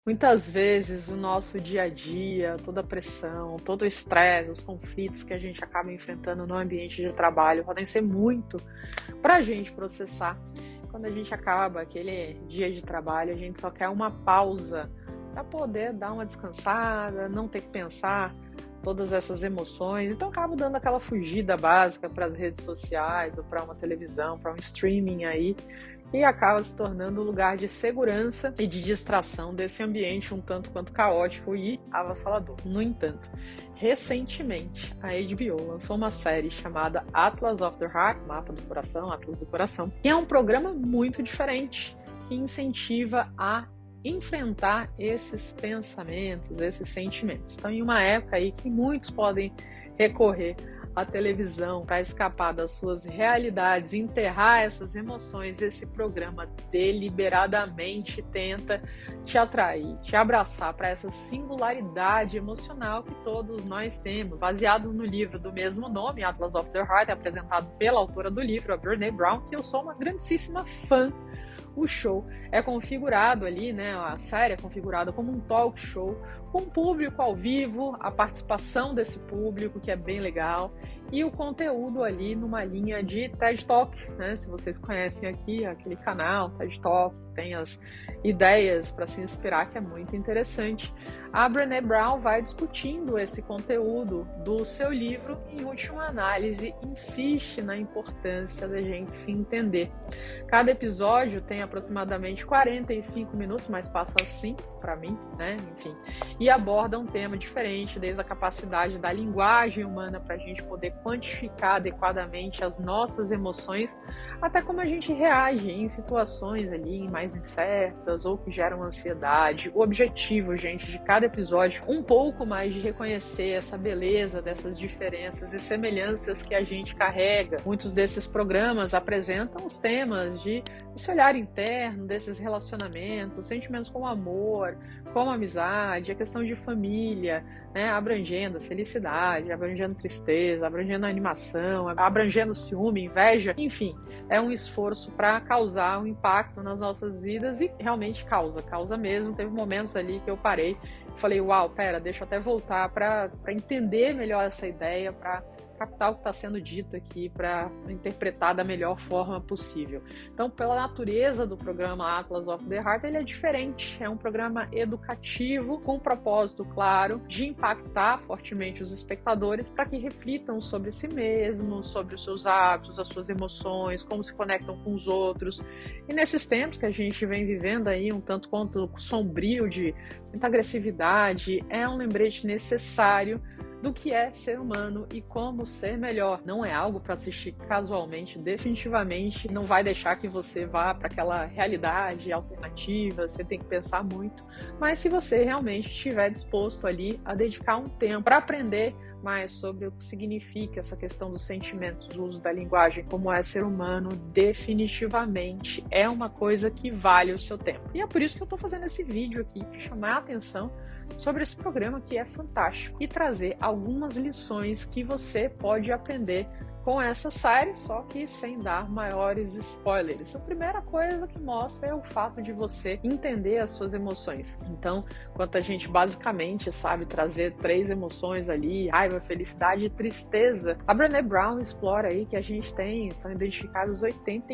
Muitas vezes o nosso dia a dia, toda a pressão, todo o estresse, os conflitos que a gente acaba enfrentando no ambiente de trabalho podem ser muito para a gente processar. Quando a gente acaba aquele dia de trabalho, a gente só quer uma pausa para poder dar uma descansada, não ter que pensar todas essas emoções. Então, eu acabo dando aquela fugida básica para as redes sociais ou para uma televisão, para um streaming aí, que acaba se tornando um lugar de segurança e de distração desse ambiente um tanto quanto caótico e avassalador. No entanto, recentemente a HBO lançou uma série chamada Atlas of the Heart, Mapa do Coração, Atlas do Coração, que é um programa muito diferente, que incentiva a enfrentar esses pensamentos, esses sentimentos. Então, em uma época aí que muitos podem recorrer à televisão para escapar das suas realidades, enterrar essas emoções, esse programa deliberadamente tenta te atrair, te abraçar para essa singularidade emocional que todos nós temos. Baseado no livro do mesmo nome, Atlas of the Heart, apresentado pela autora do livro, a Brené Brown, que eu sou uma grandíssima fã. O show é configurado ali, né? A série é configurada como um talk show com público ao vivo, a participação desse público, que é bem legal, e o conteúdo ali numa linha de TED Talk, né? Se vocês conhecem aqui aquele canal, TED Talk, tem as ideias para se inspirar, que é muito interessante. A Brené Brown vai discutindo esse conteúdo do seu livro e, em última análise, insiste na importância da gente se entender. Cada episódio tem aproximadamente 45 minutos, mas passa assim para mim, né? Enfim, e aborda um tema diferente, desde a capacidade da linguagem humana para a gente poder quantificar adequadamente as nossas emoções, até como a gente reage em situações ali mais incertas ou que geram ansiedade. O objetivo, gente, de cada episódio, um pouco mais de reconhecer essa beleza dessas diferenças e semelhanças que a gente carrega. Muitos desses programas apresentam os temas de esse olhar interno, desses relacionamentos, sentimentos como amor, como amizade, a questão de família, né, abrangendo felicidade, abrangendo tristeza, abrangendo animação, abrangendo ciúme, inveja, enfim, é um esforço para causar um impacto nas nossas vidas e realmente causa mesmo. Teve momentos ali que eu parei e falei, uau, pera, deixa eu até voltar para entender melhor essa ideia, para captar o que está sendo dito aqui, para interpretar da melhor forma possível. Então, pela natureza do programa Atlas of the Heart, ele é diferente, é um programa educativo, com um propósito claro de impactar fortemente os espectadores para que reflitam sobre si mesmos, sobre os seus hábitos, as suas emoções, como se conectam com os outros. E nesses tempos que a gente vem vivendo aí, um tanto quanto sombrio, de muita agressividade, é um lembrete necessário do que é ser humano e como ser melhor. Não é algo para assistir casualmente, definitivamente não vai deixar que você vá para aquela realidade alternativa, você tem que pensar muito, mas se você realmente estiver disposto ali a dedicar um tempo para aprender mais sobre o que significa essa questão dos sentimentos, do uso da linguagem, como é ser humano, definitivamente é uma coisa que vale o seu tempo. E é por isso que eu estou fazendo esse vídeo aqui, para chamar a atenção sobre esse programa que é fantástico e trazer algumas lições que você pode aprender com essa série, só que sem dar maiores spoilers. A primeira coisa que mostra é o fato de você entender as suas emoções. Então, enquanto a gente basicamente sabe trazer 3 emoções ali, raiva, felicidade e tristeza, a Brené Brown explora aí que a gente são identificadas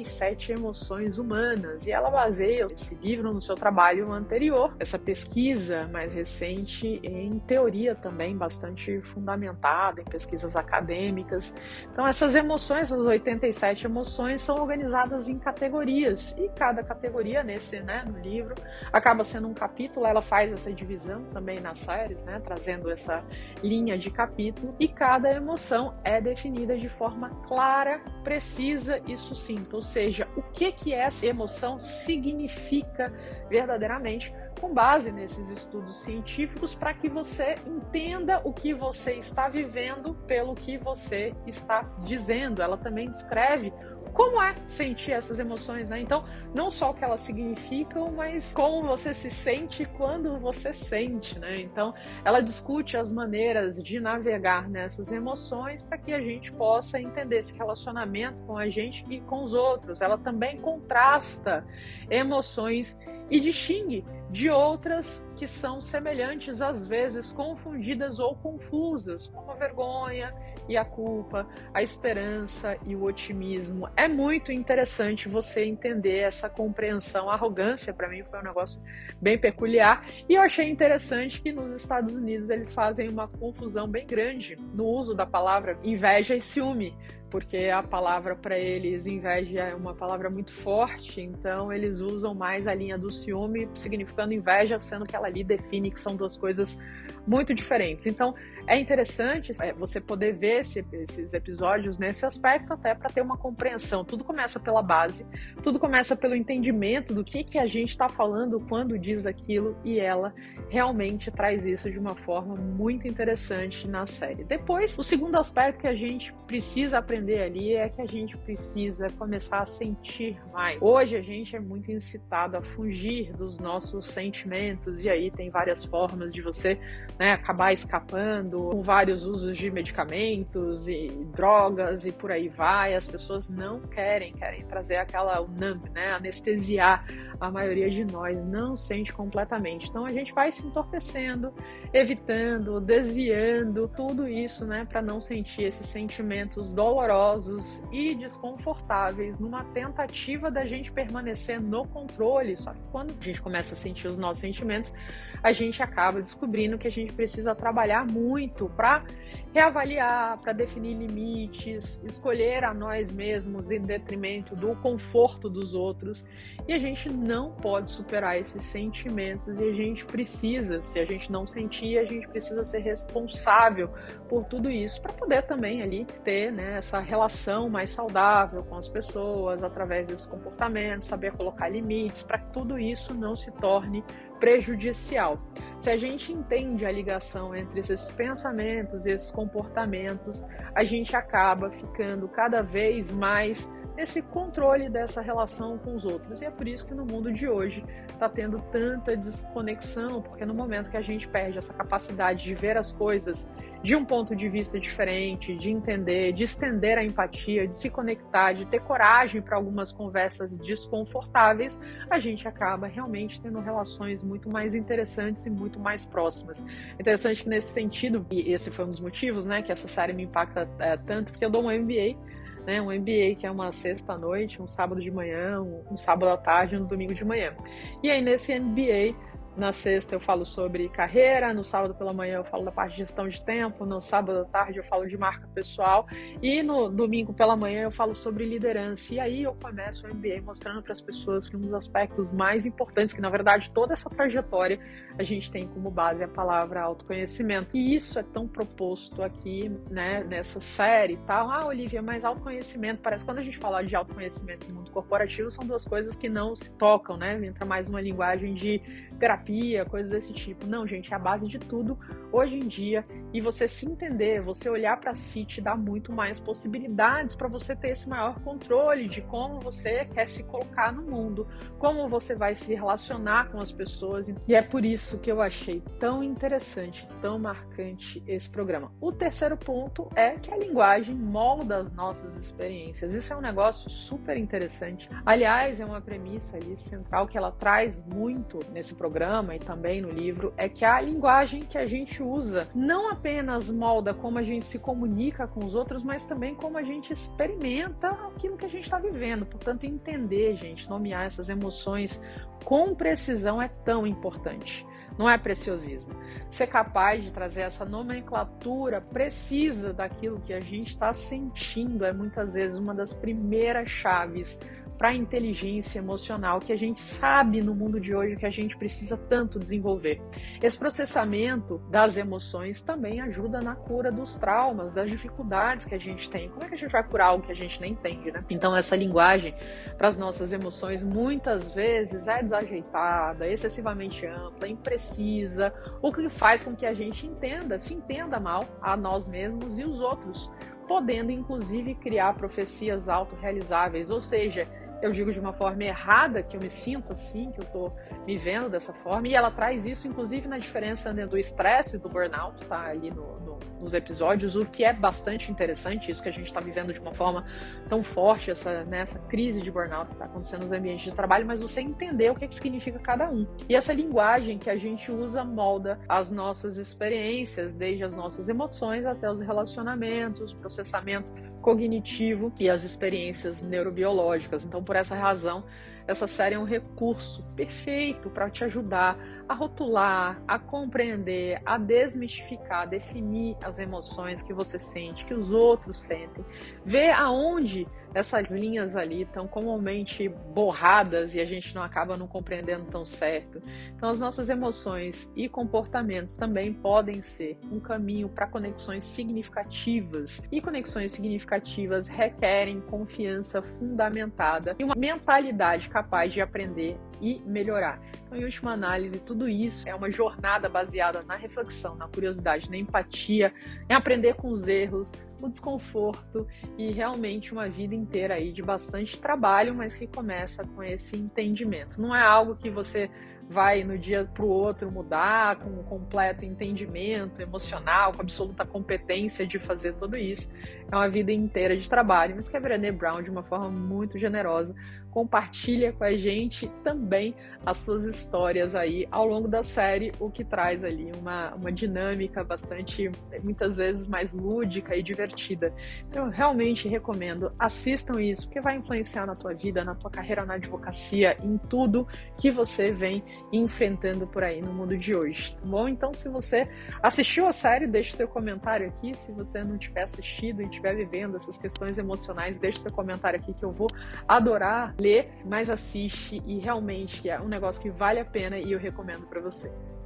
87 emoções humanas, e ela baseia esse livro no seu trabalho anterior, essa pesquisa mais recente em teoria também bastante fundamentada em pesquisas acadêmicas. Então, essas emoções, as 87 emoções, são organizadas em categorias, e cada categoria no livro acaba sendo um capítulo. Ela faz essa divisão também nas séries, trazendo essa linha de capítulo, e cada emoção é definida de forma clara, precisa e sucinta, ou seja, o que essa emoção significa verdadeiramente, com base nesses estudos científicos, para que você entenda o que você está vivendo pelo que você está dizendo. Ela também descreve como é sentir essas emoções, Então, não só o que elas significam, mas como você se sente quando você sente, Então, ela discute as maneiras de navegar nessas emoções para que a gente possa entender esse relacionamento com a gente e com os outros. Ela também contrasta emoções e distingue de outras que são semelhantes, às vezes confundidas ou confusas, como a vergonha e a culpa, a esperança e o otimismo. É muito interessante você entender essa compreensão. A arrogância, para mim, foi um negócio bem peculiar, e eu achei interessante que nos Estados Unidos eles fazem uma confusão bem grande no uso da palavra inveja e ciúme, porque a palavra para eles, inveja, é uma palavra muito forte, então eles usam mais a linha do ciúme, significando inveja, sendo que ela ali define que são duas coisas muito diferentes. Então, é interessante você poder ver esses episódios nesse aspecto, até para ter uma compreensão. Tudo começa pela base, tudo começa pelo entendimento do que a gente está falando quando diz aquilo, e ela realmente traz isso de uma forma muito interessante na série. Depois, o segundo aspecto que a gente precisa aprender ali é que a gente precisa começar a sentir mais. Hoje a gente é muito incitado a fugir dos nossos sentimentos, e aí tem várias formas de você, acabar escapando, com vários usos de medicamentos e drogas e por aí vai. As pessoas não querem trazer aquela numb, anestesiar. A maioria de nós não sente completamente. Então a gente vai se entorpecendo, evitando, desviando, tudo isso, para não sentir esses sentimentos dolorosos e desconfortáveis, numa tentativa da gente permanecer no controle. Só que quando a gente começa a sentir os nossos sentimentos, a gente acaba descobrindo que a gente precisa trabalhar muito para reavaliar, para definir limites, escolher a nós mesmos em detrimento do conforto dos outros. E a gente não pode superar esses sentimentos, e a gente precisa, se a gente não sentir, a gente precisa ser responsável por tudo isso, para poder também ali ter essa relação mais saudável com as pessoas, através desses comportamentos, saber colocar limites, para que tudo isso não se torne prejudicial. Se a gente entende a ligação entre esses pensamentos e esses comportamentos, a gente acaba ficando cada vez mais nesse controle dessa relação com os outros. E é por isso que no mundo de hoje está tendo tanta desconexão, porque no momento que a gente perde essa capacidade de ver as coisas de um ponto de vista diferente, de entender, de estender a empatia, de se conectar, de ter coragem para algumas conversas desconfortáveis, a gente acaba realmente tendo relações muito mais interessantes e muito mais próximas. Interessante que nesse sentido, e esse foi um dos motivos, que essa série me impacta tanto, porque eu dou um MBA, um MBA que é uma sexta à noite, um sábado de manhã, um sábado à tarde e um domingo de manhã. E aí nesse MBA, na sexta eu falo sobre carreira, no sábado pela manhã eu falo da parte de gestão de tempo, no sábado à tarde eu falo de marca pessoal, e no domingo pela manhã eu falo sobre liderança. E aí eu começo o MBA mostrando para as pessoas que um dos aspectos mais importantes, que na verdade toda essa trajetória a gente tem como base a palavra autoconhecimento. E isso é tão proposto aqui, nessa série e tal. Ah, Olivia, mas autoconhecimento, parece que quando a gente fala de autoconhecimento no mundo corporativo, são duas coisas que não se tocam, entra mais uma linguagem de terapia, coisas desse tipo. Não, gente, é a base de tudo hoje em dia, e você se entender, você olhar para si, te dá muito mais possibilidades para você ter esse maior controle de como você quer se colocar no mundo, como você vai se relacionar com as pessoas. E é por isso que eu achei tão interessante, tão marcante esse programa. O terceiro ponto é que a linguagem molda as nossas experiências. Isso é um negócio super interessante. Aliás, é uma premissa ali central que ela traz muito nesse programa e também no livro, é que a linguagem que a gente usa não apenas molda como a gente se comunica com os outros, mas também como a gente experimenta aquilo que a gente está vivendo. Portanto, entender, gente, nomear essas emoções com precisão é tão importante. Não é preciosismo. Ser capaz de trazer essa nomenclatura precisa daquilo que a gente está sentindo é muitas vezes uma das primeiras chaves para a inteligência emocional que a gente sabe no mundo de hoje que a gente precisa tanto desenvolver. Esse processamento das emoções também ajuda na cura dos traumas, das dificuldades que a gente tem. Como é que a gente vai curar algo que a gente nem entende, Então essa linguagem para as nossas emoções muitas vezes é desajeitada, excessivamente ampla, imprecisa, o que faz com que a gente se entenda mal a nós mesmos e os outros, podendo inclusive criar profecias autorrealizáveis, ou seja, eu digo de uma forma errada, que eu me sinto assim, que eu tô me vendo dessa forma, e ela traz isso, inclusive, na diferença, né, do estresse e do burnout, tá ali nos episódios, o que é bastante interessante, isso que a gente tá vivendo de uma forma tão forte, essa crise de burnout que tá acontecendo nos ambientes de trabalho, mas você entender o que significa cada um. E essa linguagem que a gente usa molda as nossas experiências, desde as nossas emoções até os relacionamentos, o processamento cognitivo e as experiências neurobiológicas. Então, por essa razão, essa série é um recurso perfeito para te ajudar a rotular, a compreender, a desmistificar, a definir as emoções que você sente, que os outros sentem, ver aonde essas linhas ali estão comumente borradas e a gente acaba não compreendendo tão certo. Então, as nossas emoções e comportamentos também podem ser um caminho para conexões significativas. E conexões significativas requerem confiança fundamentada e uma mentalidade capaz de aprender e melhorar. Então, em última análise, tudo isso é uma jornada baseada na reflexão, na curiosidade, na empatia, em aprender com os erros, o desconforto e realmente uma vida inteira aí de bastante trabalho, mas que começa com esse entendimento. Não é algo que você vai no dia para o outro mudar com um completo entendimento emocional, com absoluta competência de fazer tudo isso. É uma vida inteira de trabalho, mas que a Brené Brown, de uma forma muito generosa, compartilha com a gente também as suas histórias aí ao longo da série, o que traz ali uma dinâmica bastante, muitas vezes, mais lúdica e divertida. Então, eu realmente recomendo, assistam isso, porque vai influenciar na tua vida, na tua carreira na advocacia, em tudo que você vem enfrentando por aí no mundo de hoje, tá bom? Então, se você assistiu a série, deixe seu comentário aqui. Se você não tiver assistido e estiver vivendo essas questões emocionais, deixe seu comentário aqui que eu vou adorar ler, mas assiste, e realmente é um negócio que vale a pena e eu recomendo para você.